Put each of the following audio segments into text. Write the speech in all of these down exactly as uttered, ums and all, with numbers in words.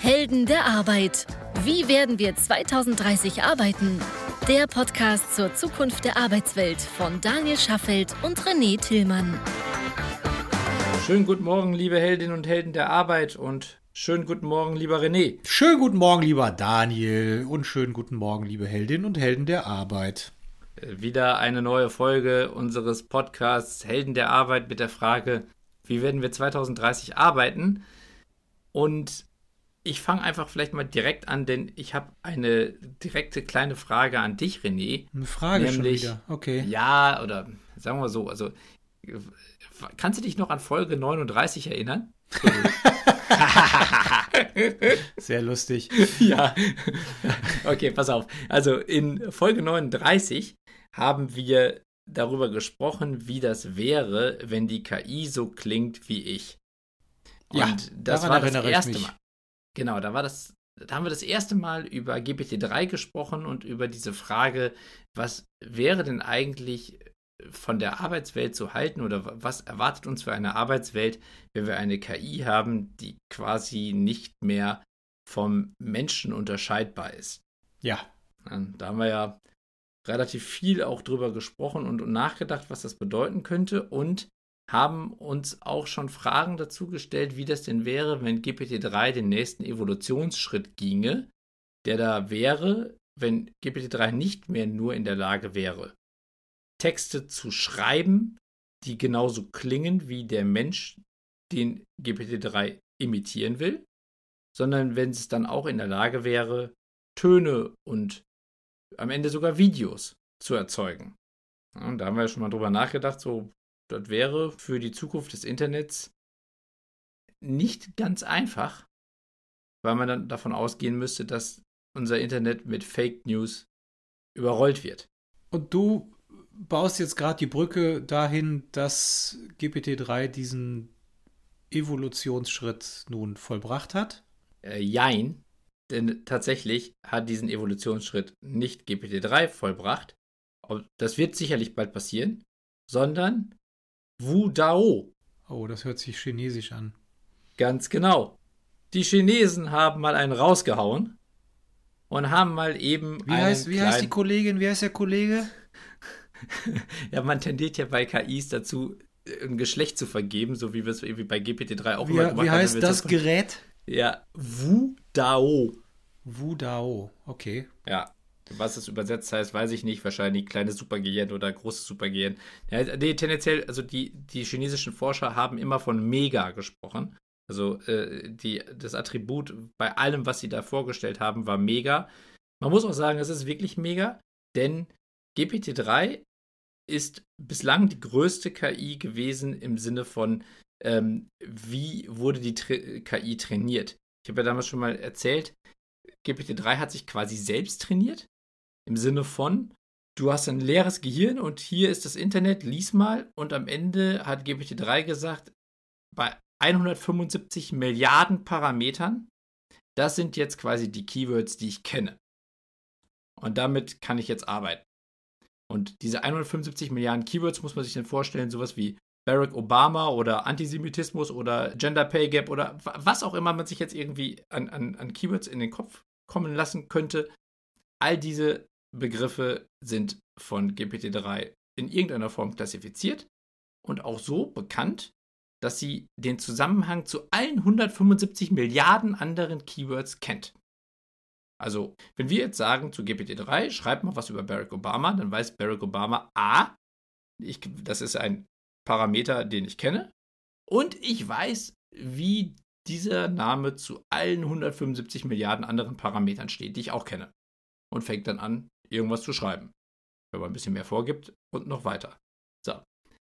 Helden der Arbeit. Wie werden wir zwanzig dreißig arbeiten? Der Podcast zur Zukunft der Arbeitswelt von Daniel Schaffelt und René Tillmann. Schönen guten Morgen, liebe Heldinnen und Helden der Arbeit und schönen guten Morgen, lieber René. Schönen guten Morgen, lieber Daniel und schönen guten Morgen, liebe Heldinnen und Helden der Arbeit. Wieder eine neue Folge unseres Podcasts Helden der Arbeit mit der Frage, wie werden wir zwanzig dreißig arbeiten? Und ich fange einfach vielleicht mal direkt an, denn ich habe eine direkte kleine Frage an dich, René. Eine Frage nämlich, schon wieder, okay. Ja, oder sagen wir so, also kannst du dich noch an Folge neununddreißig erinnern? Sehr lustig. Ja, okay, pass auf. Also in Folge neununddreißig haben wir darüber gesprochen, wie das wäre, wenn die K I so klingt wie ich. Und ja, das war das erste Mal. Genau, da war das, da haben wir das erste Mal über G P T drei gesprochen und über diese Frage, was wäre denn eigentlich von der Arbeitswelt zu halten oder was erwartet uns für eine Arbeitswelt, wenn wir eine K I haben, die quasi nicht mehr vom Menschen unterscheidbar ist. Ja. Da haben wir ja relativ viel auch drüber gesprochen und nachgedacht, was das bedeuten könnte und haben uns auch schon Fragen dazu gestellt, wie das denn wäre, wenn G P T drei den nächsten Evolutionsschritt ginge, der da wäre, wenn G P T drei nicht mehr nur in der Lage wäre, Texte zu schreiben, die genauso klingen wie der Mensch, den G P T drei imitieren will, sondern wenn es dann auch in der Lage wäre, Töne und am Ende sogar Videos zu erzeugen. Ja, und da haben wir ja schon mal drüber nachgedacht, so, das wäre für die Zukunft des Internets nicht ganz einfach, weil man dann davon ausgehen müsste, dass unser Internet mit Fake News überrollt wird. Und du baust jetzt gerade die Brücke dahin, dass G P T drei diesen Evolutionsschritt nun vollbracht hat? Äh, jein, denn tatsächlich hat diesen Evolutionsschritt nicht G P T drei vollbracht. Das wird sicherlich bald passieren, sondern Wu Dao. Oh, das hört sich chinesisch an. Ganz genau. Die Chinesen haben mal einen rausgehauen und haben mal eben Wie, einen heißt, wie kleinen... heißt die Kollegin? Wie heißt der Kollege? Ja, man tendiert ja bei K Is dazu, ein Geschlecht zu vergeben, so wie wir es irgendwie bei G P T drei auch wie, immer gemacht haben. Wie heißt das so Gerät? Ja, Wu Dao. Wu Dao, okay. Ja, was es übersetzt heißt, weiß ich nicht. Wahrscheinlich kleines Supergehirn oder großes Supergehirn. Ja, nee, tendenziell, also die, die chinesischen Forscher haben immer von Mega gesprochen. Also äh, die, das Attribut bei allem, was sie da vorgestellt haben, war Mega. Man muss auch sagen, es ist wirklich Mega, denn G P T drei ist bislang die größte K I gewesen im Sinne von, ähm, wie wurde die Tra- K I trainiert. Ich habe ja damals schon mal erzählt, G P T drei hat sich quasi selbst trainiert. Im Sinne von, du hast ein leeres Gehirn und hier ist das Internet, lies mal. Und am Ende hat G P T drei gesagt, bei hundertfünfundsiebzig Milliarden Parametern, das sind jetzt quasi die Keywords, die ich kenne. Und damit kann ich jetzt arbeiten. Und diese hundertfünfundsiebzig Milliarden Keywords muss man sich dann vorstellen, sowas wie Barack Obama oder Antisemitismus oder Gender Pay Gap oder was auch immer man sich jetzt irgendwie an, an, an Keywords in den Kopf kommen lassen könnte. All diese Begriffe sind von G P T drei in irgendeiner Form klassifiziert und auch so bekannt, dass sie den Zusammenhang zu allen hundertfünfundsiebzig Milliarden anderen Keywords kennt. Also, wenn wir jetzt sagen zu G P T drei, schreib mal was über Barack Obama, dann weiß Barack Obama, A, ich, das ist ein Parameter, den ich kenne, und ich weiß, wie dieser Name zu allen hundertfünfundsiebzig Milliarden anderen Parametern steht, die ich auch kenne. Und fängt dann an, irgendwas zu schreiben. Wenn man ein bisschen mehr vorgibt und noch weiter. So.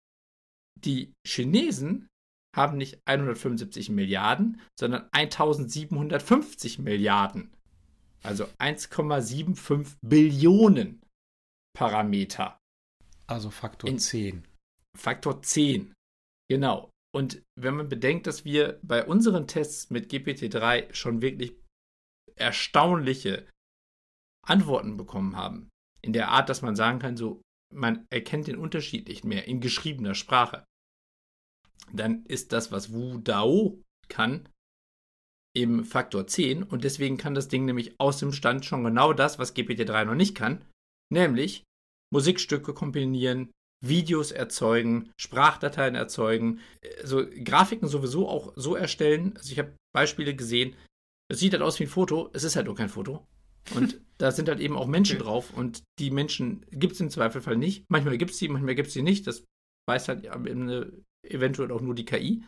Die Chinesen haben nicht hundertfünfundsiebzig Milliarden, sondern eintausendsiebenhundertfünfzig Milliarden. Also eins Komma fünfundsiebzig Billionen Parameter. Also Faktor In zehn. Faktor zehn. Genau. Und wenn man bedenkt, dass wir bei unseren Tests mit G P T drei schon wirklich erstaunliche Antworten bekommen haben, in der Art, dass man sagen kann, so, man erkennt den Unterschied nicht mehr in geschriebener Sprache, dann ist das, was Wu Dao kann, eben Faktor zehn und deswegen kann das Ding nämlich aus dem Stand schon genau das, was G P T drei noch nicht kann, nämlich Musikstücke kombinieren, Videos erzeugen, Sprachdateien erzeugen, also Grafiken sowieso auch so erstellen. Also ich habe Beispiele gesehen, es sieht halt aus wie ein Foto, es ist halt nur kein Foto. Und da sind halt eben auch Menschen drauf und die Menschen gibt es im Zweifelfall nicht. Manchmal gibt es die, manchmal gibt es die nicht. Das weiß halt eventuell auch nur die K I.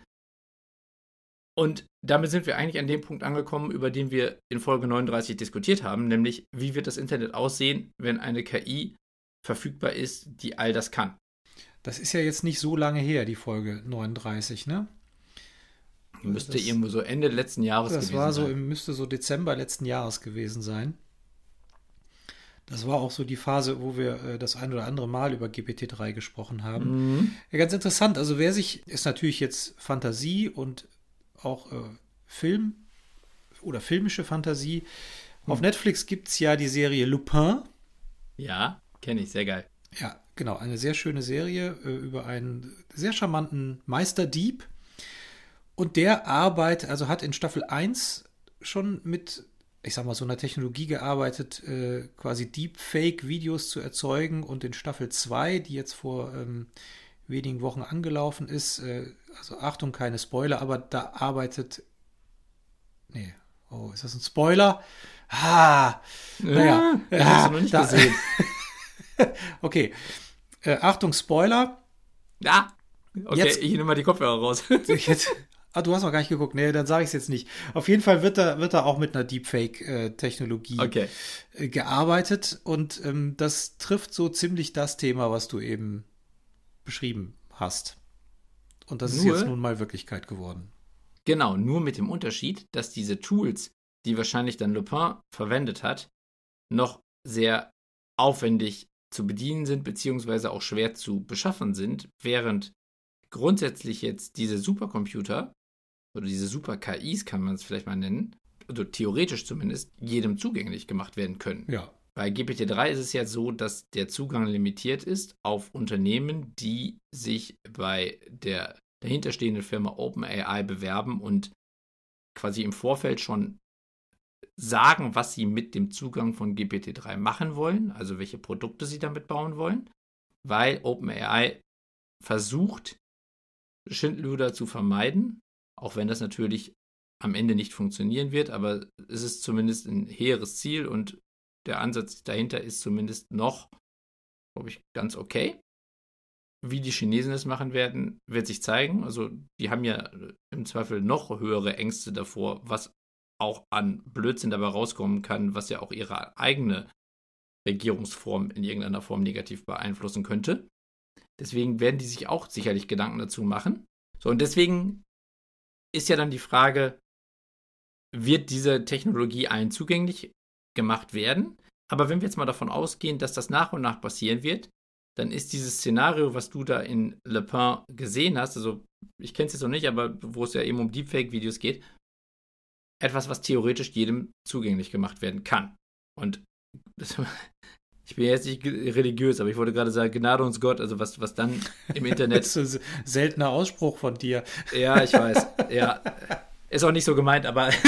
Und damit sind wir eigentlich an dem Punkt angekommen, über den wir in Folge neununddreißig diskutiert haben, nämlich wie wird das Internet aussehen, wenn eine K I verfügbar ist, die all das kann. Das ist ja jetzt nicht so lange her, die Folge neununddreißig, ne? Müsste das, irgendwo so Ende letzten Jahres das gewesen war so, sein. müsste so Dezember letzten Jahres gewesen sein. Das war auch so die Phase, wo wir äh, das ein oder andere Mal über G P T drei gesprochen haben. Mhm. Ja, ganz interessant. Also wer sich, ist natürlich jetzt Fantasie und auch äh, Film oder filmische Fantasie. Mhm. Auf Netflix gibt es ja die Serie Lupin. Ja, kenne ich, sehr geil. Ja, genau, eine sehr schöne Serie äh, über einen sehr charmanten Meisterdieb. Und der arbeitet, also hat in Staffel eins schon mit, ich sag mal, so einer Technologie gearbeitet, äh, quasi Deepfake-Videos zu erzeugen. Und in Staffel zwei, die jetzt vor ähm, wenigen Wochen angelaufen ist, äh, also Achtung, keine Spoiler, aber da arbeitet, nee, oh, ist das ein Spoiler? Ah, naja. Ja, ja, hast du noch nicht da, gesehen. Okay, äh, Achtung, Spoiler. Ja, okay, Jetzt- ich nehme mal die Kopfhörer raus. Jetzt, ah, du hast noch gar nicht geguckt. Nee, dann sage ich es jetzt nicht. Auf jeden Fall wird da, wird da auch mit einer Deepfake-Technologie Okay. äh, gearbeitet. Und ähm, das trifft so ziemlich das Thema, was du eben beschrieben hast. Und das ist Nur- jetzt nun mal Wirklichkeit geworden. Genau, nur mit dem Unterschied, dass diese Tools, die wahrscheinlich dann Lupin verwendet hat, noch sehr aufwendig zu bedienen sind, beziehungsweise auch schwer zu beschaffen sind, während grundsätzlich jetzt diese Supercomputer oder diese Super-K Is, kann man es vielleicht mal nennen, also theoretisch zumindest, jedem zugänglich gemacht werden können. Ja. Bei G P T drei ist es ja so, dass der Zugang limitiert ist auf Unternehmen, die sich bei der dahinterstehenden Firma OpenAI bewerben und quasi im Vorfeld schon sagen, was sie mit dem Zugang von G P T drei machen wollen, also welche Produkte sie damit bauen wollen, weil OpenAI versucht, Schindluder zu vermeiden, auch wenn das natürlich am Ende nicht funktionieren wird, aber es ist zumindest ein hehres Ziel und der Ansatz dahinter ist zumindest noch, glaube ich, ganz okay. Wie die Chinesen es machen werden, wird sich zeigen. Also die haben ja im Zweifel noch höhere Ängste davor, was auch an Blödsinn dabei rauskommen kann, was ja auch ihre eigene Regierungsform in irgendeiner Form negativ beeinflussen könnte. Deswegen werden die sich auch sicherlich Gedanken dazu machen. So, und deswegen ist ja dann die Frage, wird diese Technologie allen zugänglich gemacht werden? Aber wenn wir jetzt mal davon ausgehen, dass das nach und nach passieren wird, dann ist dieses Szenario, was du da in Le Pen gesehen hast, also ich kenne es jetzt noch nicht, aber wo es ja eben um Deepfake-Videos geht, etwas, was theoretisch jedem zugänglich gemacht werden kann. Und das, ich bin jetzt nicht religiös, aber ich wollte gerade sagen, Gnade uns Gott, also was, was dann im Internet... Das ist ein seltener Ausspruch von dir. Ja, ich weiß, ja. Ist auch nicht so gemeint, aber... ich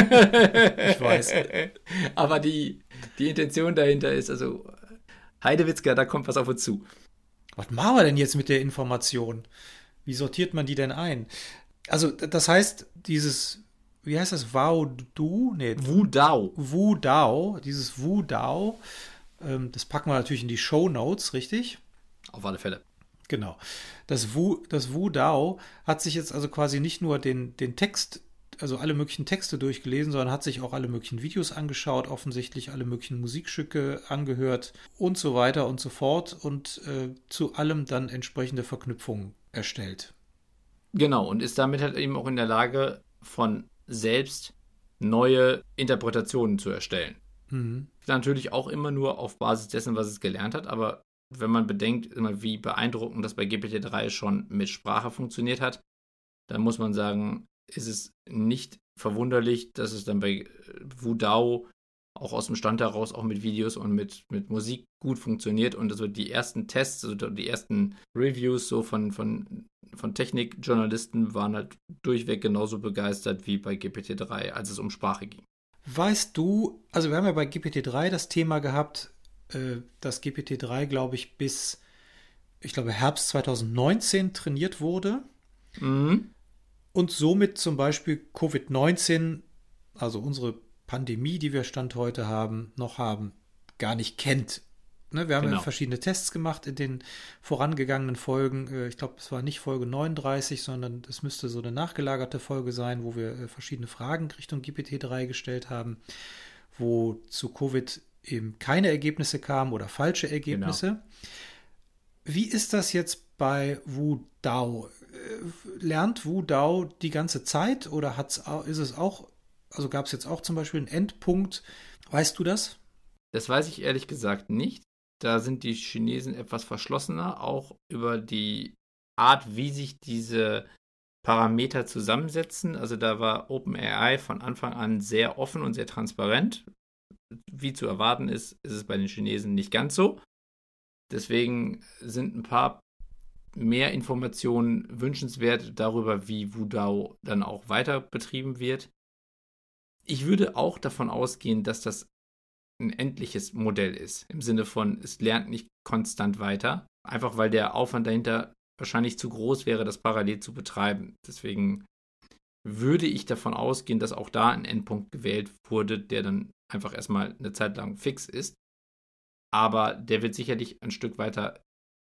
weiß. Aber die, die Intention dahinter ist, also Heidewitzka, da kommt was auf uns zu. Was machen wir denn jetzt mit der Information? Wie sortiert man die denn ein? Also, das heißt, dieses, wie heißt das? Voodoo? Nee, Wudao. Wudao, dieses Wudao, ähm, das packen wir natürlich in die Shownotes, richtig? Auf alle Fälle. Genau. Das Wu, das Wudao hat sich jetzt also quasi nicht nur den, den Text, also alle möglichen Texte durchgelesen, sondern hat sich auch alle möglichen Videos angeschaut, offensichtlich alle möglichen Musikstücke angehört und so weiter und so fort und äh, zu allem dann entsprechende Verknüpfungen erstellt. Genau, und ist damit halt eben auch in der Lage, von selbst neue Interpretationen zu erstellen. Mhm. Natürlich auch immer nur auf Basis dessen, was es gelernt hat, aber wenn man bedenkt, immer wie beeindruckend das bei G P T drei schon mit Sprache funktioniert hat, dann muss man sagen, ist es nicht verwunderlich, dass es dann bei Wudao auch aus dem Stand heraus, auch mit Videos und mit, mit Musik gut funktioniert. Und also die ersten Tests, also die ersten Reviews so von, von, von Technikjournalisten waren halt durchweg genauso begeistert wie bei G P T drei, als es um Sprache ging. Weißt du, also wir haben ja bei G P T drei das Thema gehabt, äh, dass G P T drei, glaube ich, bis, ich glaube, Herbst zwanzig neunzehn trainiert wurde. Mhm. Und somit zum Beispiel Covid neunzehn, also unsere Pandemie, die wir Stand heute haben, noch haben, gar nicht kennt. Ne, wir haben Genau. ja verschiedene Tests gemacht in den vorangegangenen Folgen. Ich glaube, es war nicht Folge neununddreißig, sondern es müsste so eine nachgelagerte Folge sein, wo wir verschiedene Fragen Richtung G P T drei gestellt haben, wo zu Covid eben keine Ergebnisse kamen oder falsche Ergebnisse. Genau. Wie ist das jetzt bei WuDao? Lernt WuDao die ganze Zeit oder hat's, ist es auch, also gab es jetzt auch zum Beispiel einen Endpunkt? Weißt du das? Das weiß ich ehrlich gesagt nicht. Da sind die Chinesen etwas verschlossener, auch über die Art, wie sich diese Parameter zusammensetzen. Also da war OpenAI von Anfang an sehr offen und sehr transparent. Wie zu erwarten ist, ist es bei den Chinesen nicht ganz so. Deswegen sind ein paar mehr Informationen wünschenswert darüber, wie WuDao dann auch weiter betrieben wird. Ich würde auch davon ausgehen, dass das ein endliches Modell ist. Im Sinne von, es lernt nicht konstant weiter. Einfach weil der Aufwand dahinter wahrscheinlich zu groß wäre, das parallel zu betreiben. Deswegen würde ich davon ausgehen, dass auch da ein Endpunkt gewählt wurde, der dann einfach erstmal eine Zeit lang fix ist. Aber der wird sicherlich ein Stück weiter,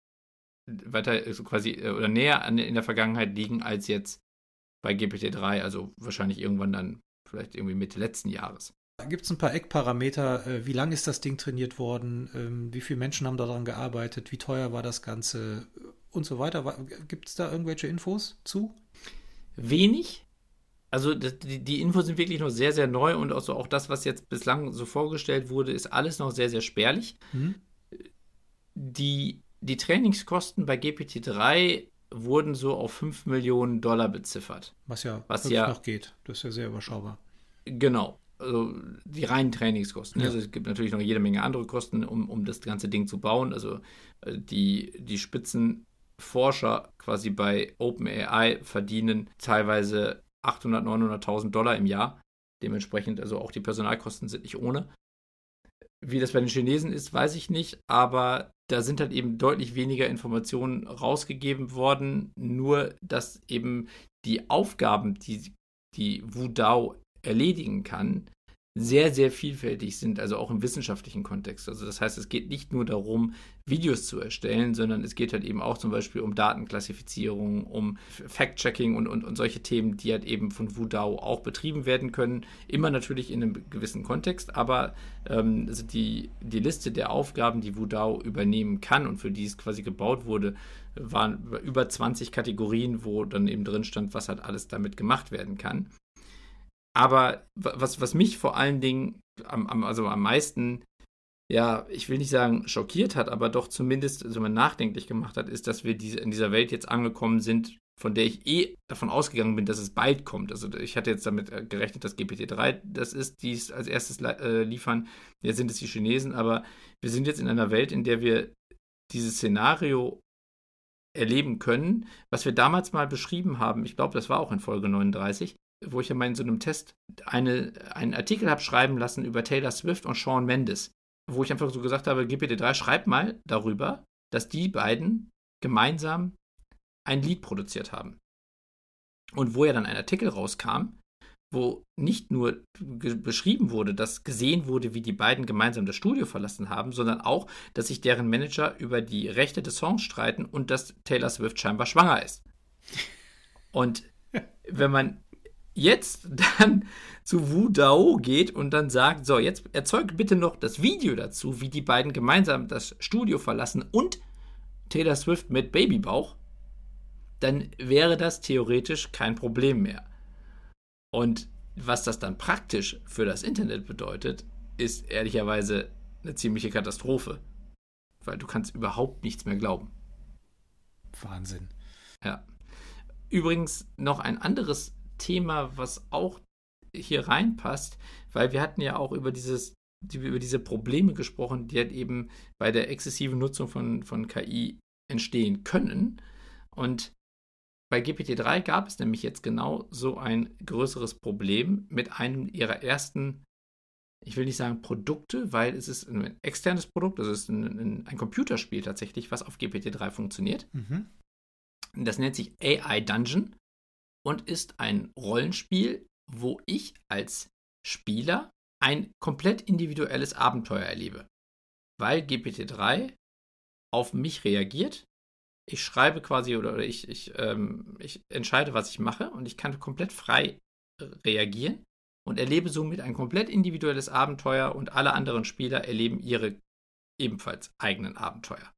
weiter also quasi oder näher an, in der Vergangenheit liegen als jetzt bei G P T drei, also wahrscheinlich irgendwann dann vielleicht irgendwie Mitte letzten Jahres. Gibt es ein paar Eckparameter? Wie lange ist das Ding trainiert worden? Wie viele Menschen haben daran gearbeitet? Wie teuer war das Ganze? Und so weiter. Gibt es da irgendwelche Infos zu? Wenig. Also das, die, die Infos sind wirklich noch sehr, sehr neu und also auch das, was jetzt bislang so vorgestellt wurde, ist alles noch sehr, sehr spärlich. Hm. Die, die Trainingskosten bei G P T drei wurden so auf fünf Millionen Dollar beziffert. Was ja was ja noch geht. Das ist ja sehr überschaubar. Genau. Also die reinen Trainingskosten. Ja. Also es gibt natürlich noch jede Menge andere Kosten, um, um das ganze Ding zu bauen. Also die, die Spitzenforscher quasi bei OpenAI verdienen teilweise achthundert, neunhunderttausend Dollar im Jahr. Dementsprechend, also auch die Personalkosten sind nicht ohne. Wie das bei den Chinesen ist, weiß ich nicht, aber da sind halt eben deutlich weniger Informationen rausgegeben worden. Nur, dass eben die Aufgaben, die, die WuDao erledigen kann, sehr, sehr vielfältig sind, also auch im wissenschaftlichen Kontext. Also das heißt, es geht nicht nur darum, Videos zu erstellen, sondern es geht halt eben auch zum Beispiel um Datenklassifizierung, um Fact-Checking und, und, und solche Themen, die halt eben von WuDao auch betrieben werden können. Immer natürlich in einem gewissen Kontext, aber ähm, also die, die Liste der Aufgaben, die WuDao übernehmen kann und für die es quasi gebaut wurde, waren über zwanzig Kategorien, wo dann eben drin stand, was halt alles damit gemacht werden kann. Aber was, was mich vor allen Dingen am, am, also am meisten, ja, ich will nicht sagen schockiert hat, aber doch zumindest also nachdenklich gemacht hat, ist, dass wir diese, in dieser Welt jetzt angekommen sind, von der ich eh davon ausgegangen bin, dass es bald kommt. Also ich hatte jetzt damit gerechnet, dass G P T drei das ist, die es als erstes äh, liefern. Jetzt sind es die Chinesen, aber wir sind jetzt in einer Welt, in der wir dieses Szenario erleben können, was wir damals mal beschrieben haben. Ich glaube, das war auch in Folge neununddreißig, wo ich ja mal in so einem Test eine, einen Artikel habe schreiben lassen über Taylor Swift und Shawn Mendes, wo ich einfach so gesagt habe, G P T drei, schreib mal darüber, dass die beiden gemeinsam ein Lied produziert haben. Und wo ja dann ein Artikel rauskam, wo nicht nur ge- beschrieben wurde, dass gesehen wurde, wie die beiden gemeinsam das Studio verlassen haben, sondern auch, dass sich deren Manager über die Rechte des Songs streiten und dass Taylor Swift scheinbar schwanger ist. Und wenn man jetzt dann zu WuDao geht und dann sagt, so, jetzt erzeugt bitte noch das Video dazu, wie die beiden gemeinsam das Studio verlassen und Taylor Swift mit Babybauch, dann wäre das theoretisch kein Problem mehr. Und was das dann praktisch für das Internet bedeutet, ist ehrlicherweise eine ziemliche Katastrophe. Weil du kannst überhaupt nichts mehr glauben. Wahnsinn. Ja. Übrigens noch ein anderes Thema, was auch hier reinpasst, weil wir hatten ja auch über dieses die, über diese Probleme gesprochen, die halt eben bei der exzessiven Nutzung von, von K I entstehen können. Und bei G P T drei gab es nämlich jetzt genau so ein größeres Problem mit einem ihrer ersten, ich will nicht sagen Produkte, weil es ist ein externes Produkt, also es ist ein, ein, ein Computerspiel tatsächlich, was auf G P T drei funktioniert. Mhm. Das nennt sich A I Dungeon und ist ein Rollenspiel, wo ich als Spieler ein komplett individuelles Abenteuer erlebe. Weil G P T drei auf mich reagiert. Ich schreibe quasi oder, oder ich, ich, ähm, ich entscheide, was ich mache und ich kann komplett frei reagieren und erlebe somit ein komplett individuelles Abenteuer und alle anderen Spieler erleben ihre ebenfalls eigenen Abenteuer.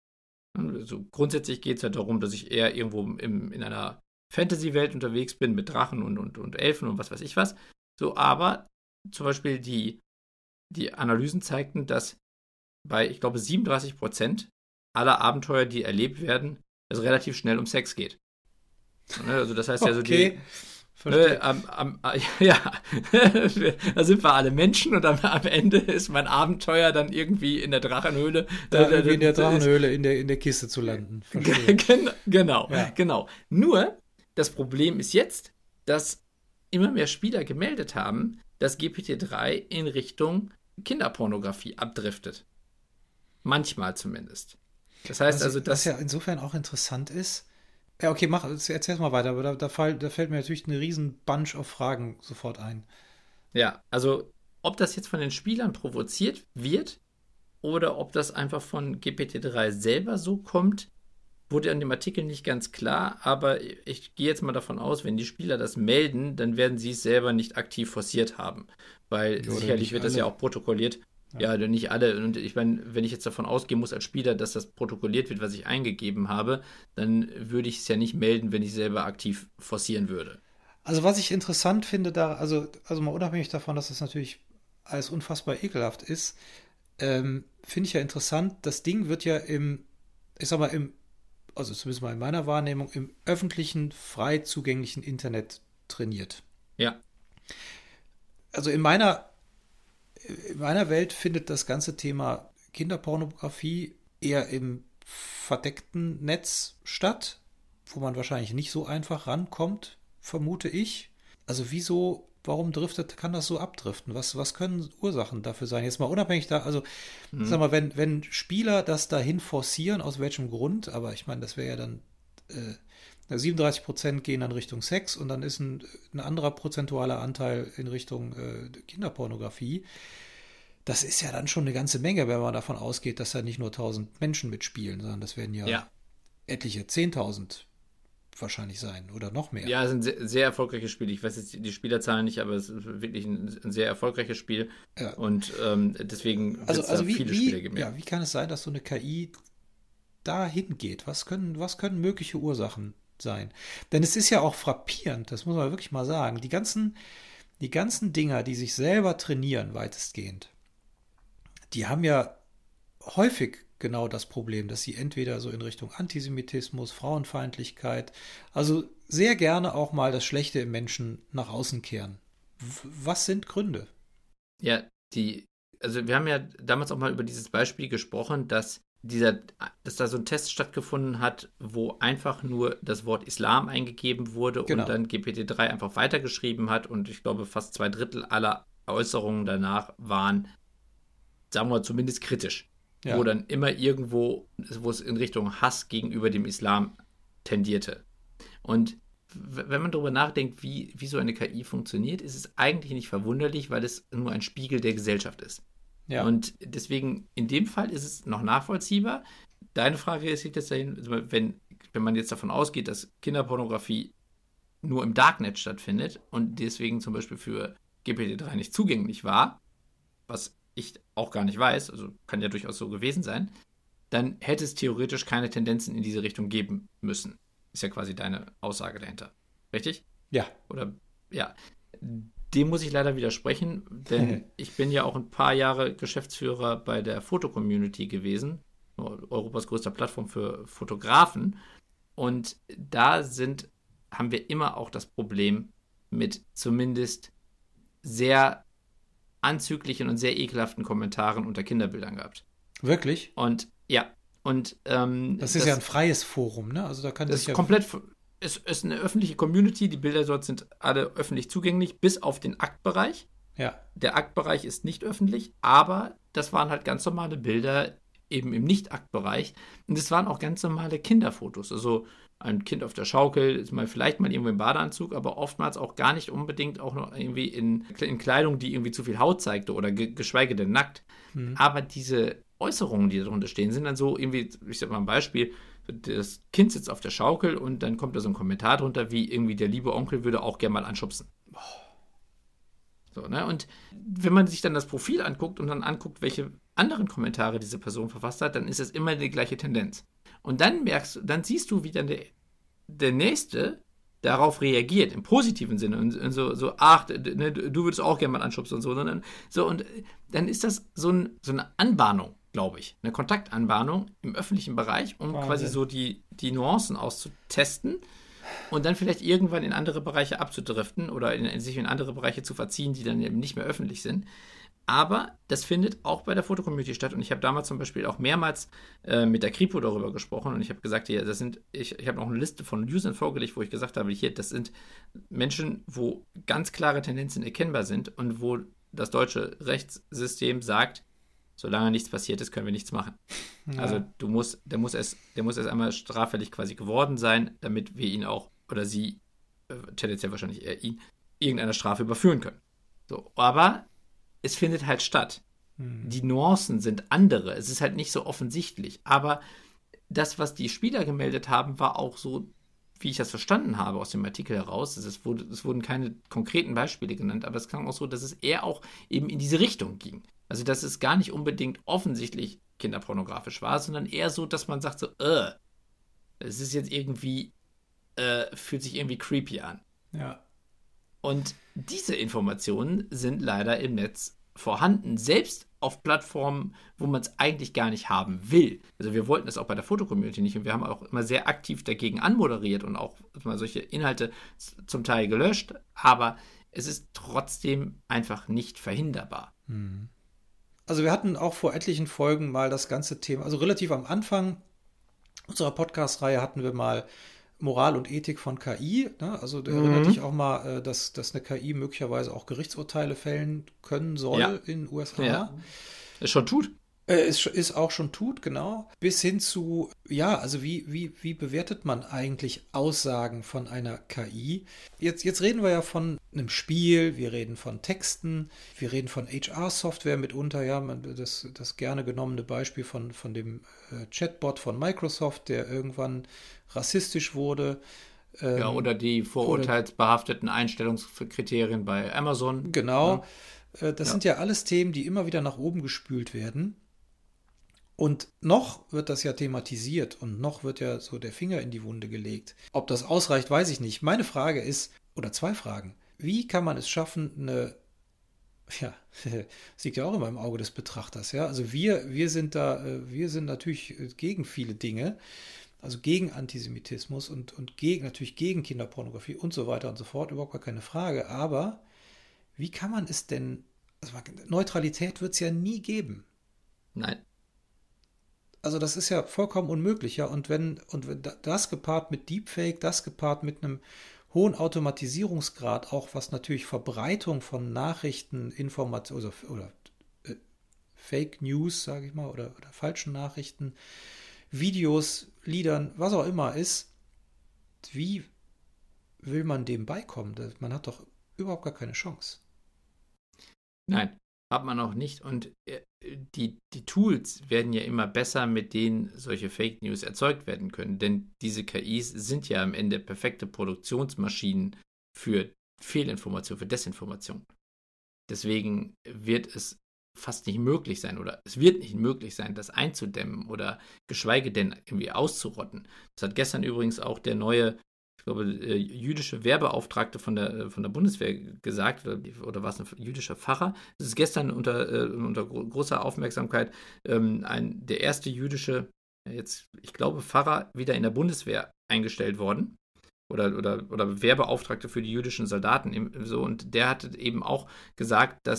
Also grundsätzlich geht es halt darum, dass ich eher irgendwo im, in einer Fantasy-Welt unterwegs bin mit Drachen und, und, und Elfen und was weiß ich was. So, aber zum Beispiel die, die Analysen zeigten, dass bei, ich glaube, siebenunddreißig Prozent aller Abenteuer, die erlebt werden, es relativ schnell um Sex geht. Also das heißt ja so okay. die äh, am, am, ja, da sind wir alle Menschen und am, am Ende ist mein Abenteuer dann irgendwie in der Drachenhöhle. Da äh, in der Drachenhöhle in der, in der Kiste zu landen. Gen, genau, ja. genau. Nur, das Problem ist jetzt, dass immer mehr Spieler gemeldet haben, dass G P T drei in Richtung Kinderpornografie abdriftet. Manchmal zumindest. Das heißt also, also, dass... Was ja insofern auch interessant ist. Ja, okay, mach, erzähl's mal weiter, aber da, da, fall, da fällt mir natürlich eine riesen Bunch of Fragen sofort ein. Ja, also ob das jetzt von den Spielern provoziert wird oder ob das einfach von G P T drei selber so kommt, wurde an dem Artikel nicht ganz klar, aber ich gehe jetzt mal davon aus, wenn die Spieler das melden, dann werden sie es selber nicht aktiv forciert haben, weil Oder sicherlich wird alle. das ja auch protokolliert. Ja, ja nicht alle. Und ich meine, wenn ich jetzt davon ausgehen muss als Spieler, dass das protokolliert wird, was ich eingegeben habe, dann würde ich es ja nicht melden, wenn ich selber aktiv forcieren würde. Also was ich interessant finde, da, also, also mal unabhängig davon, dass das natürlich alles unfassbar ekelhaft ist, ähm, finde ich ja interessant, das Ding wird ja im, ich sag mal, im, also zumindest mal in meiner Wahrnehmung, im öffentlichen, frei zugänglichen Internet trainiert. Ja. Also in meiner In meiner Welt findet das ganze Thema Kinderpornografie eher im verdeckten Netz statt, wo man wahrscheinlich nicht so einfach rankommt, vermute ich. Also wieso, warum driftet, kann das so abdriften? Was, was können Ursachen dafür sein? Jetzt mal unabhängig da, also mhm. sag mal, wenn, wenn Spieler das dahin forcieren, aus welchem Grund, aber ich meine, das wäre ja dann äh, siebenunddreißig Prozent gehen dann Richtung Sex und dann ist ein, ein anderer prozentualer Anteil in Richtung äh, Kinderpornografie. Das ist ja dann schon eine ganze Menge, wenn man davon ausgeht, dass da nicht nur tausend Menschen mitspielen, sondern das werden ja, ja. etliche zehntausend wahrscheinlich sein oder noch mehr. Ja, es ist ein sehr, sehr erfolgreiches Spiel. Ich weiß jetzt die Spielerzahlen nicht, aber es ist wirklich ein, ein sehr erfolgreiches Spiel. Ja. Und ähm, deswegen wird also, es also da wie, viele wie, Spiele geben. Ja, wie kann es sein, dass so eine K I dahin geht? Was können, was können mögliche Ursachen sein? Denn es ist ja auch frappierend, das muss man wirklich mal sagen. Die ganzen, die ganzen Dinger, die sich selber trainieren, weitestgehend, die haben ja häufig genau das Problem, dass sie entweder so in Richtung Antisemitismus, Frauenfeindlichkeit, also sehr gerne auch mal das Schlechte im Menschen nach außen kehren. Was sind Gründe? Ja, die, also wir haben ja damals auch mal über dieses Beispiel gesprochen, dass dieser, dass da so ein Test stattgefunden hat, wo einfach nur das Wort Islam eingegeben wurde Genau. und dann G P T drei einfach weitergeschrieben hat und ich glaube fast zwei Drittel aller Äußerungen danach waren, sagen wir zumindest kritisch. Ja. Wo dann immer irgendwo, wo es in Richtung Hass gegenüber dem Islam tendierte. Und wenn man darüber nachdenkt, wie, wie so eine K I funktioniert, ist es eigentlich nicht verwunderlich, weil es nur ein Spiegel der Gesellschaft ist. Ja. Und deswegen, in dem Fall ist es noch nachvollziehbar. Deine Frage ist jetzt dahin, wenn, wenn man jetzt davon ausgeht, dass Kinderpornografie nur im Darknet stattfindet und deswegen zum Beispiel für G P T drei nicht zugänglich war, was ich auch gar nicht weiß, also kann ja durchaus so gewesen sein, dann hätte es theoretisch keine Tendenzen in diese Richtung geben müssen. Ist ja quasi deine Aussage dahinter. Richtig? Ja. Oder, ja. Dem muss ich leider widersprechen, denn ich bin ja auch ein paar Jahre Geschäftsführer bei der Foto-Community gewesen, Europas größter Plattform für Fotografen. Und da sind, haben wir immer auch das Problem mit zumindest sehr anzüglichen und sehr ekelhaften Kommentaren unter Kinderbildern gehabt. Wirklich? Und ja, und ähm, das ist das, ja ein freies Forum, ne? Also da kann das sich ist ja komplett, es ist eine öffentliche Community, die Bilder dort sind alle öffentlich zugänglich, bis auf den Aktbereich. Ja. Der Aktbereich ist nicht öffentlich, aber das waren halt ganz normale Bilder eben im Nicht-Aktbereich. Und es waren auch ganz normale Kinderfotos. Also ein Kind auf der Schaukel, ist mal vielleicht mal irgendwo im Badeanzug, aber oftmals auch gar nicht unbedingt auch noch irgendwie in, in Kleidung, die irgendwie zu viel Haut zeigte oder ge, geschweige denn nackt. Mhm. Aber diese Äußerungen, die darunter stehen, sind dann so irgendwie, ich sag mal ein Beispiel, das Kind sitzt auf der Schaukel und dann kommt da so ein Kommentar drunter, wie irgendwie der liebe Onkel würde auch gerne mal anschubsen. Boah. So, ne? Und wenn man sich dann das Profil anguckt und dann anguckt, welche anderen Kommentare diese Person verfasst hat, dann ist es immer die gleiche Tendenz. Und dann merkst du, dann siehst du, wie dann der, der Nächste darauf reagiert, im positiven Sinne. Und, und so, so, ach, ne, du würdest auch gerne mal anschubsen und so. Sondern, so, und dann ist das so, ein, so eine Anbahnung, glaube ich. Eine Kontaktanbahnung im öffentlichen Bereich, um Wahnsinn. quasi so die, die Nuancen auszutesten. Und dann vielleicht irgendwann in andere Bereiche abzudriften oder in, in sich in andere Bereiche zu verziehen, die dann eben nicht mehr öffentlich sind. Aber das findet auch bei der Fotocommunity statt. Und ich habe damals zum Beispiel auch mehrmals äh, mit der Kripo darüber gesprochen. Und ich habe gesagt, ja, das sind, ich, ich habe noch eine Liste von Usern vorgelegt, wo ich gesagt habe, hier, das sind Menschen, wo ganz klare Tendenzen erkennbar sind und wo das deutsche Rechtssystem sagt, solange nichts passiert ist, können wir nichts machen. Ja. Also du musst, der muss erst, der muss erst einmal straffällig quasi geworden sein, damit wir ihn auch, oder sie, äh, tendenziell wahrscheinlich eher ihn, irgendeiner Strafe überführen können. So, aber es findet halt statt. Hm. Die Nuancen sind andere. Es ist halt nicht so offensichtlich. Aber das, was die Spieler gemeldet haben, war auch so, wie ich das verstanden habe aus dem Artikel heraus. Es, wurde, es wurden keine konkreten Beispiele genannt, aber es klang auch so, dass es eher auch eben in diese Richtung ging. Also, dass es gar nicht unbedingt offensichtlich kinderpornografisch war, sondern eher so, dass man sagt so, äh, es ist jetzt irgendwie, äh, fühlt sich irgendwie creepy an. Ja. Und diese Informationen sind leider im Netz vorhanden, selbst auf Plattformen, wo man es eigentlich gar nicht haben will. Also wir wollten es auch bei der Fotocommunity nicht und wir haben auch immer sehr aktiv dagegen anmoderiert und auch mal solche Inhalte zum Teil gelöscht, aber es ist trotzdem einfach nicht verhinderbar. Hm. Also wir hatten auch vor etlichen Folgen mal das ganze Thema, also relativ am Anfang unserer Podcast-Reihe hatten wir mal Moral und Ethik von K I. Ne? Also da mhm. erinnert dich auch mal, dass, dass eine K I möglicherweise auch Gerichtsurteile fällen können soll ja. in den U S A. Ja. Es schon tut. Äh, es ist auch schon tut, genau. Bis hin zu, ja, also wie, wie, wie bewertet man eigentlich Aussagen von einer K I? Jetzt, jetzt reden wir ja von einem Spiel, wir reden von Texten, wir reden von H R-Software mitunter, ja, man, das, das gerne genommene Beispiel von, von dem äh, Chatbot von Microsoft, der irgendwann rassistisch wurde. Ähm, ja, oder die vorurteilsbehafteten Einstellungskriterien bei Amazon. Genau. Ja. Äh, das ja. sind ja alles Themen, die immer wieder nach oben gespült werden. Und noch wird das ja thematisiert und noch wird ja so der Finger in die Wunde gelegt. Ob das ausreicht, weiß ich nicht. Meine Frage ist, oder zwei Fragen. Wie kann man es schaffen, eine, ja, das liegt ja auch immer im Auge des Betrachters, ja. Also wir, wir sind da, wir sind natürlich gegen viele Dinge, also gegen Antisemitismus und, und gegen, natürlich gegen Kinderpornografie und so weiter und so fort, überhaupt gar keine Frage. Aber wie kann man es denn, also Neutralität wird es ja nie geben. Nein. Also das ist ja vollkommen unmöglich, ja. Und wenn, und wenn das gepaart mit Deepfake, das gepaart mit einem hohen Automatisierungsgrad, auch was natürlich Verbreitung von Nachrichten, Informationen oder, oder äh, Fake News, sage ich mal, oder, oder falschen Nachrichten, Videos, Liedern, was auch immer ist, wie will man dem beikommen? Man hat doch überhaupt gar keine Chance. Nein, hat man auch nicht. Und die, die Tools werden ja immer besser, mit denen solche Fake News erzeugt werden können. Denn diese K Is sind ja am Ende perfekte Produktionsmaschinen für Fehlinformation, für Desinformation. Deswegen wird es fast nicht möglich sein oder es wird nicht möglich sein, das einzudämmen oder geschweige denn irgendwie auszurotten. Das hat gestern übrigens auch der neue, ich glaube, äh, jüdische Wehrbeauftragte von der, von der Bundeswehr gesagt, oder, oder war es ein jüdischer Pfarrer? Das ist gestern unter, äh, unter gro- großer Aufmerksamkeit ähm, ein, der erste jüdische, jetzt, ich glaube, Pfarrer wieder in der Bundeswehr eingestellt worden. Oder, oder, oder Wehrbeauftragte für die jüdischen Soldaten. So, und der hat eben auch gesagt, dass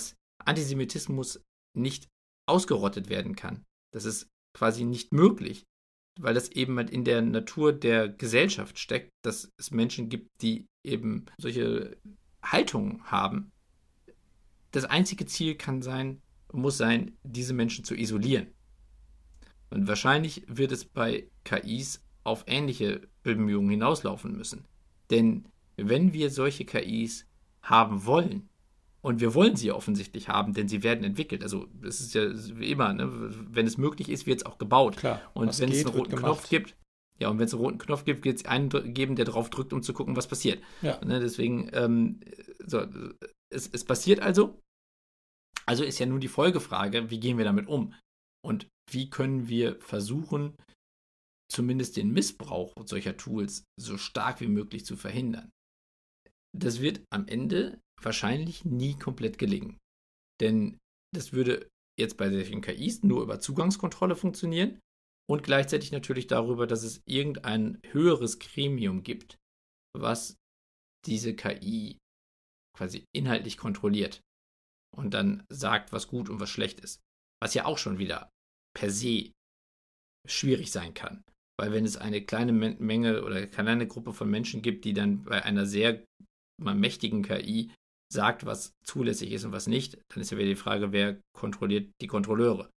Antisemitismus nicht ausgerottet werden kann. Das ist quasi nicht möglich, weil das eben halt in der Natur der Gesellschaft steckt, dass es Menschen gibt, die eben solche Haltungen haben. Das einzige Ziel kann sein, muss sein, diese Menschen zu isolieren. Und wahrscheinlich wird es bei K Is auf ähnliche Bemühungen hinauslaufen müssen. Denn wenn wir solche K Is haben wollen, und wir wollen sie ja offensichtlich haben, denn sie werden entwickelt. Also es ist ja wie immer, ne? Wenn es möglich ist, wird es auch gebaut. Klar, und wenn geht, es einen roten Knopf gibt, ja, und wenn es einen roten Knopf gibt, wird es einen geben, der drauf drückt, um zu gucken, was passiert. Ja. Ne? Deswegen, ähm, so, es, es passiert also. Also ist ja nun die Folgefrage, wie gehen wir damit um? Und wie können wir versuchen, zumindest den Missbrauch solcher Tools so stark wie möglich zu verhindern? Das wird am Ende wahrscheinlich nie komplett gelingen. Denn das würde jetzt bei solchen K Is nur über Zugangskontrolle funktionieren und gleichzeitig natürlich darüber, dass es irgendein höheres Gremium gibt, was diese K I quasi inhaltlich kontrolliert und dann sagt, was gut und was schlecht ist. Was ja auch schon wieder per se schwierig sein kann. Weil wenn es eine kleine Menge oder eine kleine Gruppe von Menschen gibt, die dann bei einer sehr mächtigen K I sagt, was zulässig ist und was nicht, dann ist ja wieder die Frage, wer kontrolliert die Kontrolleure.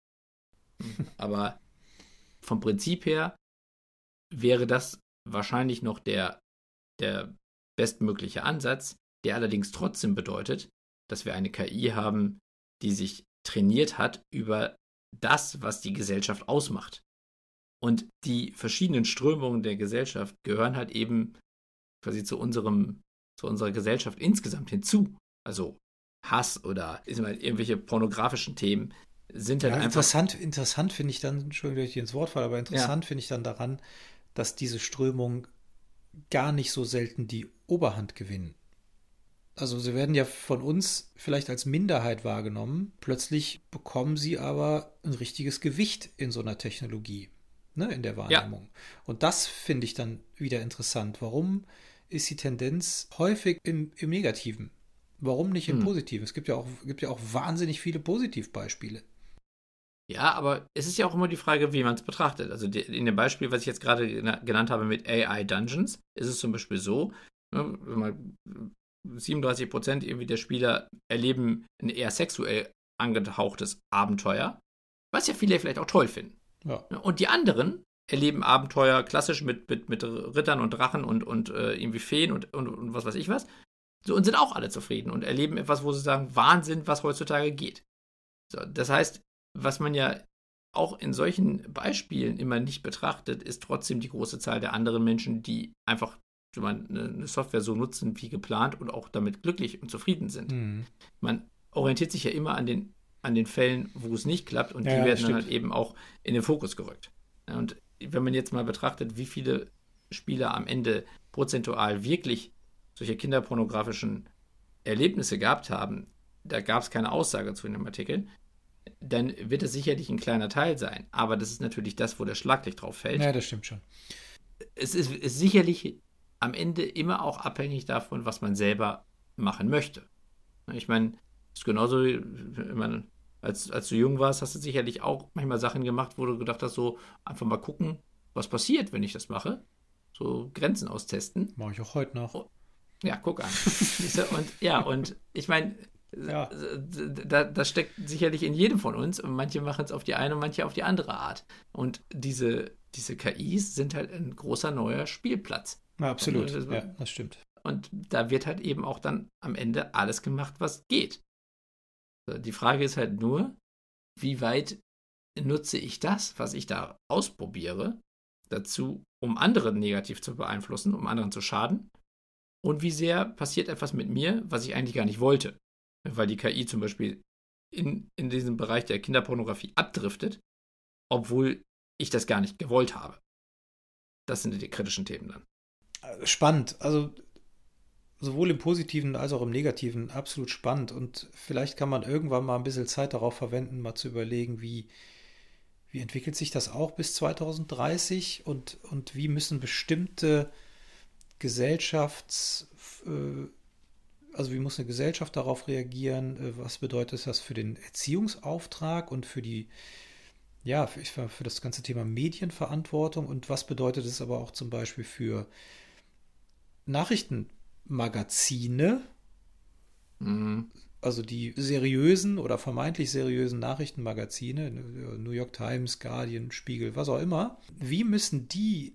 Aber vom Prinzip her wäre das wahrscheinlich noch der, der bestmögliche Ansatz, der allerdings trotzdem bedeutet, dass wir eine K I haben, die sich trainiert hat über das, was die Gesellschaft ausmacht. Und die verschiedenen Strömungen der Gesellschaft gehören halt eben quasi zu unserem zu unserer Gesellschaft insgesamt hinzu. Also Hass oder ist mal, irgendwelche pornografischen Themen sind halt ja, einfach... Interessant, interessant finde ich dann, Entschuldigung, dass ich ins Wort falle, aber interessant ja. finde ich dann daran, dass diese Strömungen gar nicht so selten die Oberhand gewinnen. Also sie werden ja von uns vielleicht als Minderheit wahrgenommen, plötzlich bekommen sie aber ein richtiges Gewicht in so einer Technologie, ne, in der Wahrnehmung. Ja. Und das finde ich dann wieder interessant. Warum ist die Tendenz häufig im, im Negativen? Warum nicht im hm. Positiven? Es gibt ja auch, gibt ja auch wahnsinnig viele Positivbeispiele. Ja, aber es ist ja auch immer die Frage, wie man es betrachtet. Also die, in dem Beispiel, was ich jetzt gerade genannt habe mit A I Dungeons, ist es zum Beispiel so, ne, siebenunddreißig Prozent irgendwie der Spieler erleben ein eher sexuell angehauchtes Abenteuer, was ja viele vielleicht auch toll finden. Ja. Und die anderen erleben Abenteuer klassisch mit, mit, mit Rittern und Drachen und, und äh, irgendwie Feen und, und, und was weiß ich was. So, und sind auch alle zufrieden und erleben etwas, wo sie sagen, Wahnsinn, was heutzutage geht. So, das heißt, was man ja auch in solchen Beispielen immer nicht betrachtet, ist trotzdem die große Zahl der anderen Menschen, die einfach eine Software so nutzen wie geplant und auch damit glücklich und zufrieden sind. Mhm. Man orientiert sich ja immer an den, an den Fällen, wo es nicht klappt und ja, die werden dann halt eben auch in den Fokus gerückt. Ja, und wenn man jetzt mal betrachtet, wie viele Spieler am Ende prozentual wirklich solche kinderpornografischen Erlebnisse gehabt haben, da gab es keine Aussage zu in dem Artikel, dann wird es sicherlich ein kleiner Teil sein. Aber das ist natürlich das, wo der Schlaglicht drauf fällt. Ja, das stimmt schon. Es ist, ist sicherlich am Ende immer auch abhängig davon, was man selber machen möchte. Ich meine, es ist genauso, wenn man, als, als du jung warst, hast du sicherlich auch manchmal Sachen gemacht, wo du gedacht hast, so einfach mal gucken, was passiert, wenn ich das mache. So Grenzen austesten. Mache ich auch heute noch. Ja, guck an. Und ja, und ich meine, ja. da, das steckt sicherlich in jedem von uns und manche machen es auf die eine und manche auf die andere Art. Und diese, diese K Is sind halt ein großer neuer Spielplatz. Ja, absolut, und, ja, das stimmt. Und da wird halt eben auch dann am Ende alles gemacht, was geht. Die Frage ist halt nur, wie weit nutze ich das, was ich da ausprobiere, dazu, um andere negativ zu beeinflussen, um anderen zu schaden? Und wie sehr passiert etwas mit mir, was ich eigentlich gar nicht wollte? Weil die K I zum Beispiel in, in diesem Bereich der Kinderpornografie abdriftet, obwohl ich das gar nicht gewollt habe. Das sind die kritischen Themen dann. Spannend. Also sowohl im Positiven als auch im Negativen absolut spannend. Und vielleicht kann man irgendwann mal ein bisschen Zeit darauf verwenden, mal zu überlegen, wie, wie entwickelt sich das auch bis zwanzig dreißig und, und wie müssen bestimmte Gesellschafts- äh, also wie muss eine Gesellschaft darauf reagieren? Äh, Was bedeutet das für den Erziehungsauftrag und für die, ja, für, für das ganze Thema Medienverantwortung? Und was bedeutet es aber auch zum Beispiel für Nachrichtenmagazine, Mhm. also die seriösen oder vermeintlich seriösen Nachrichtenmagazine, New York Times, Guardian, Spiegel, was auch immer, wie müssen die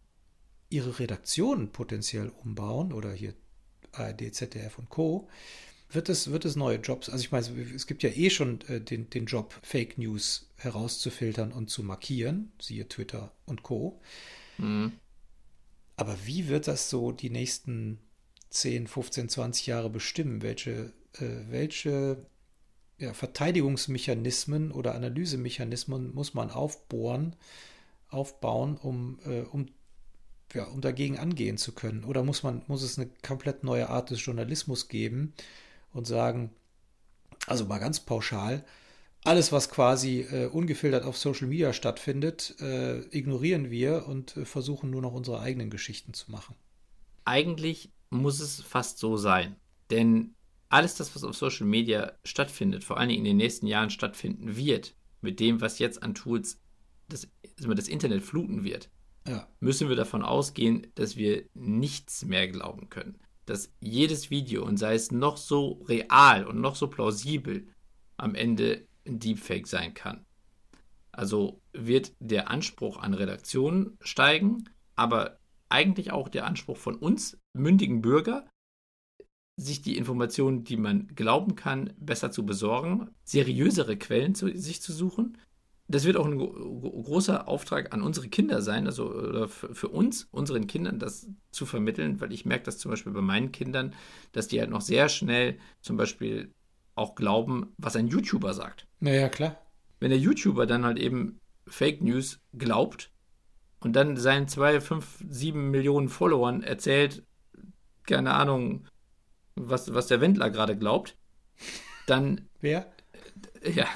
ihre Redaktionen potenziell umbauen oder hier A R D, Z D F und Co. Wird es, wird es neue Jobs, also ich meine, es gibt ja eh schon äh, den, den Job, Fake News herauszufiltern und zu markieren, siehe Twitter und Co. Mhm. Aber wie wird das so die nächsten zehn, fünfzehn, zwanzig Jahre bestimmen? Welche, äh, welche ja, Verteidigungsmechanismen oder Analysemechanismen muss man aufbohren, aufbauen, um, äh, um, ja, um dagegen angehen zu können? Oder muss man, muss es eine komplett neue Art des Journalismus geben und sagen, also mal ganz pauschal, alles, was quasi äh, ungefiltert auf Social Media stattfindet, äh, ignorieren wir und äh, versuchen nur noch unsere eigenen Geschichten zu machen. Eigentlich muss es fast so sein. Denn alles das, was auf Social Media stattfindet, vor allen Dingen in den nächsten Jahren stattfinden wird, mit dem, was jetzt an Tools das, das Internet fluten wird, Ja. müssen wir davon ausgehen, dass wir nichts mehr glauben können. Dass jedes Video, und sei es noch so real und noch so plausibel, am Ende ein Deepfake sein kann. Also wird der Anspruch an Redaktionen steigen, aber eigentlich auch der Anspruch von uns, mündigen Bürger, sich die Informationen, die man glauben kann, besser zu besorgen, seriösere Quellen zu, sich zu suchen. Das wird auch ein gro- großer Auftrag an unsere Kinder sein, also oder für, für uns, unseren Kindern, das zu vermitteln, weil ich merke das zum Beispiel bei meinen Kindern, dass die halt noch sehr schnell zum Beispiel auch glauben, was ein YouTuber sagt. Naja, klar. Wenn der YouTuber dann halt eben Fake News glaubt und dann seinen zwei, fünf, sieben Millionen Followern erzählt, keine Ahnung, was, was der Wendler gerade glaubt, dann, Wer? ja,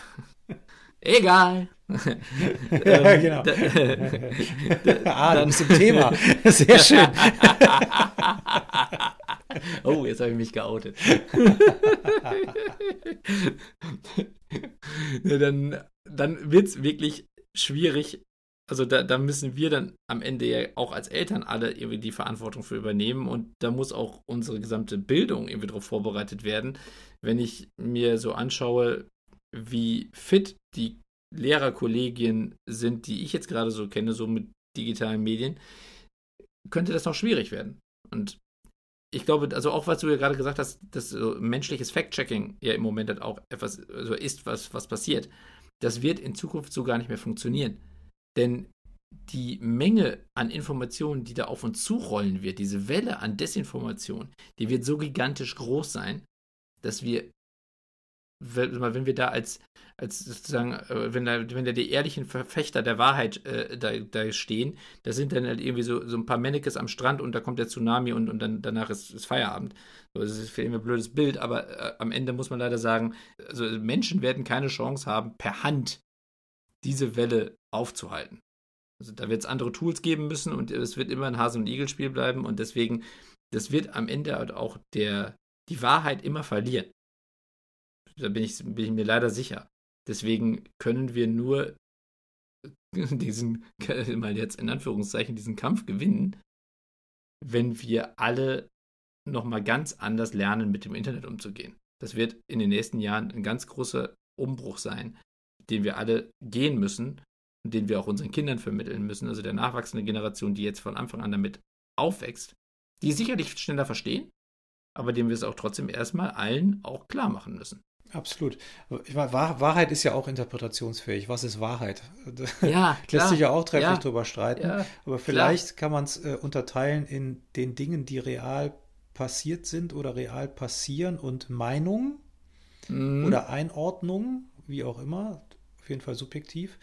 egal. Ja, genau. Ah, du bist im Thema. Sehr schön. Oh, jetzt habe ich mich geoutet. Ja, dann dann wird es wirklich schwierig. Also da, da müssen wir dann am Ende ja auch als Eltern alle irgendwie die Verantwortung für übernehmen und da muss auch unsere gesamte Bildung irgendwie darauf vorbereitet werden. Wenn ich mir so anschaue, wie fit die Lehrerkollegien sind, die ich jetzt gerade so kenne, so mit digitalen Medien, könnte das noch schwierig werden. Und ich glaube, also auch was du ja gerade gesagt hast, dass so menschliches Fact-Checking ja im Moment halt auch etwas so also ist, was, was passiert, das wird in Zukunft so gar nicht mehr funktionieren. Denn die Menge an Informationen, die da auf uns zurollen wird, diese Welle an Desinformation, die wird so gigantisch groß sein, dass wir, wenn wir da als, als sozusagen, wenn da, wenn da die ehrlichen Verfechter der Wahrheit äh, da, da stehen, da sind dann halt irgendwie so, so ein paar Mannekes am Strand und da kommt der Tsunami und, und dann danach ist, ist Feierabend. So, das ist für irgendwie ein blödes Bild, aber äh, am Ende muss man leider sagen, also Menschen werden keine Chance haben, per Hand diese Welle aufzuhalten. Also da wird es andere Tools geben müssen und es wird immer ein Hase- und Igel-Spiel bleiben und deswegen, das wird am Ende halt auch der, die Wahrheit immer verlieren. Da bin ich, bin ich mir leider sicher. Deswegen können wir nur diesen, mal jetzt in Anführungszeichen, diesen Kampf gewinnen, wenn wir alle nochmal ganz anders lernen, mit dem Internet umzugehen. Das wird in den nächsten Jahren ein ganz großer Umbruch sein, den wir alle gehen müssen und den wir auch unseren Kindern vermitteln müssen, also der nachwachsenden Generation, die jetzt von Anfang an damit aufwächst, die sicherlich schneller verstehen, aber dem wir es auch trotzdem erstmal allen auch klar machen müssen. Absolut. Ich meine, Wahr- Wahrheit ist ja auch interpretationsfähig. Was ist Wahrheit? Ja, Lässt klar. sich ja auch trefflich Ja. drüber streiten. Ja, Aber vielleicht kann man es äh, unterteilen in den Dingen, die real passiert sind oder real passieren und Meinungen Mhm. oder Einordnungen, wie auch immer, auf jeden Fall subjektiv.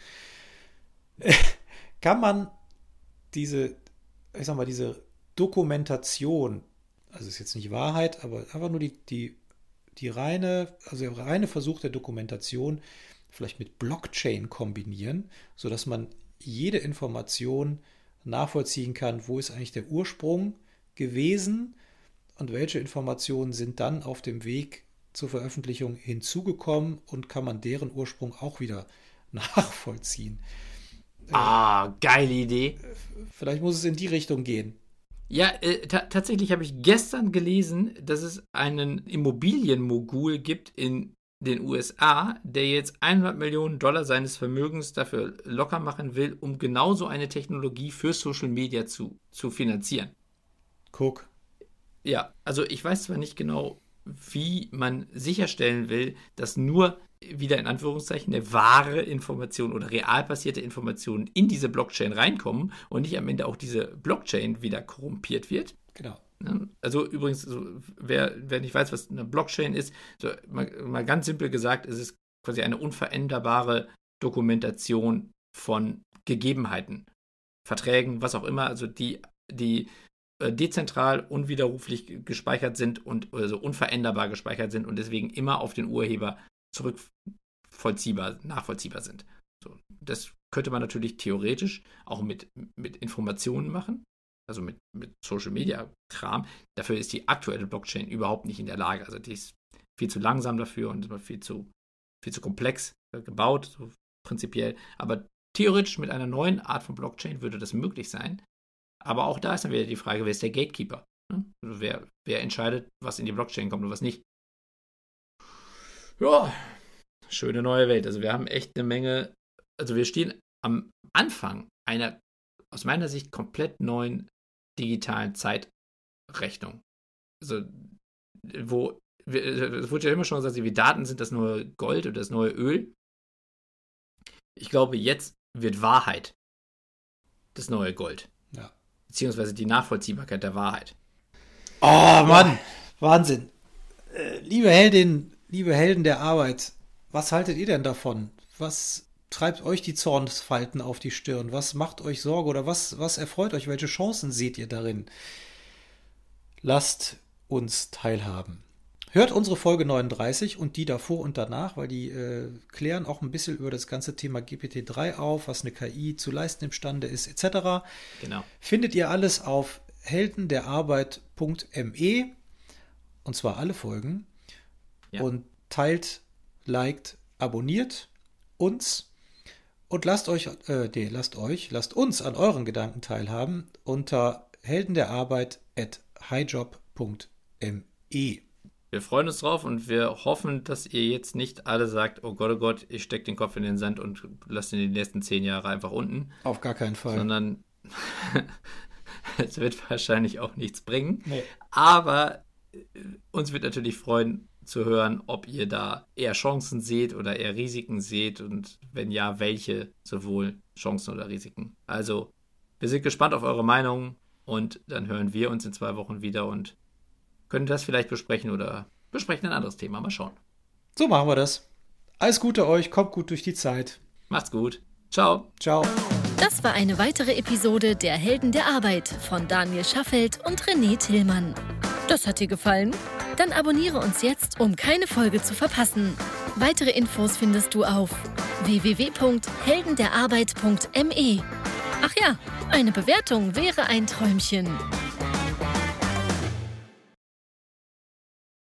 Kann man diese, ich sag mal, diese Dokumentation, also ist jetzt nicht Wahrheit, aber einfach nur die, die, die reine, also der reine Versuch der Dokumentation vielleicht mit Blockchain kombinieren, sodass man jede Information nachvollziehen kann, wo ist eigentlich der Ursprung gewesen und welche Informationen sind dann auf dem Weg zur Veröffentlichung hinzugekommen und kann man deren Ursprung auch wieder nachvollziehen. Ah, geile Idee. Vielleicht muss es in die Richtung gehen. Ja, äh, ta- tatsächlich habe ich gestern gelesen, dass es einen Immobilienmogul gibt in den U S A, der jetzt hundert Millionen Dollar seines Vermögens dafür locker machen will, um genau so eine Technologie für Social Media zu, zu finanzieren. Guck. Ja, also ich weiß zwar nicht genau, wie man sicherstellen will, dass nur wieder in Anführungszeichen eine wahre Information oder real passierte Informationen in diese Blockchain reinkommen und nicht am Ende auch diese Blockchain wieder korrumpiert wird. Genau. Also übrigens, so, wer, wer nicht weiß, was eine Blockchain ist, so, mal, mal ganz simpel gesagt, es ist quasi eine unveränderbare Dokumentation von Gegebenheiten, Verträgen, was auch immer, also die, die äh, dezentral unwiderruflich gespeichert sind und also unveränderbar gespeichert sind und deswegen immer auf den Urheber zurückvollziehbar, nachvollziehbar sind. So, das könnte man natürlich theoretisch auch mit, mit Informationen machen, also mit, mit Social Media Kram. Dafür ist die aktuelle Blockchain überhaupt nicht in der Lage. Also die ist viel zu langsam dafür und viel zu, viel zu komplex gebaut, so prinzipiell. Aber theoretisch mit einer neuen Art von Blockchain würde das möglich sein. Aber auch da ist dann wieder die Frage, wer ist der Gatekeeper? Also wer, wer entscheidet, was in die Blockchain kommt und was nicht? Ja, schöne neue Welt. Also wir haben echt eine Menge, also wir stehen am Anfang einer aus meiner Sicht komplett neuen digitalen Zeitrechnung. Also, wo, es wurde ja immer schon gesagt, wie Daten sind das neue Gold oder das neue Öl. Ich glaube, jetzt wird Wahrheit das neue Gold. Ja. Beziehungsweise die Nachvollziehbarkeit der Wahrheit. Oh Mann, ja. Wahnsinn. Äh, liebe Heldin, liebe Helden der Arbeit, was haltet ihr denn davon? Was treibt euch die Zornesfalten auf die Stirn? Was macht euch Sorge oder was, was erfreut euch? Welche Chancen seht ihr darin? Lasst uns teilhaben. Hört unsere Folge neununddreißig und die davor und danach, weil die äh, klären auch ein bisschen über das ganze Thema G P T drei auf, was eine K I zu leisten imstande ist, et cetera. Genau. Findet ihr alles auf heldenderarbeit punkt me und zwar alle Folgen. Ja. Und teilt, liked, abonniert uns und lasst euch, äh, nee, lasst euch, lasst uns an euren Gedanken teilhaben unter heldenderarbeit at highjob punkt me. Wir freuen uns drauf und wir hoffen, dass ihr jetzt nicht alle sagt, oh Gott, oh Gott, ich stecke den Kopf in den Sand und lasst ihn die nächsten zehn Jahre einfach unten. Auf gar keinen Fall. Sondern es wird wahrscheinlich auch nichts bringen. Nee. Aber uns wird natürlich freuen zu hören, ob ihr da eher Chancen seht oder eher Risiken seht und wenn ja, welche, sowohl Chancen oder Risiken. Also, wir sind gespannt auf eure Meinung und dann hören wir uns in zwei Wochen wieder und können das vielleicht besprechen oder besprechen ein anderes Thema. Mal schauen. So machen wir das. Alles Gute euch, kommt gut durch die Zeit. Macht's gut. Ciao. Ciao. Das war eine weitere Episode der Helden der Arbeit von Daniel Schaffelt und René Tillmann. Das hat dir gefallen? Dann abonniere uns jetzt, um keine Folge zu verpassen. Weitere Infos findest du auf w w w punkt heldenderarbeit punkt me. Ach ja, eine Bewertung wäre ein Träumchen.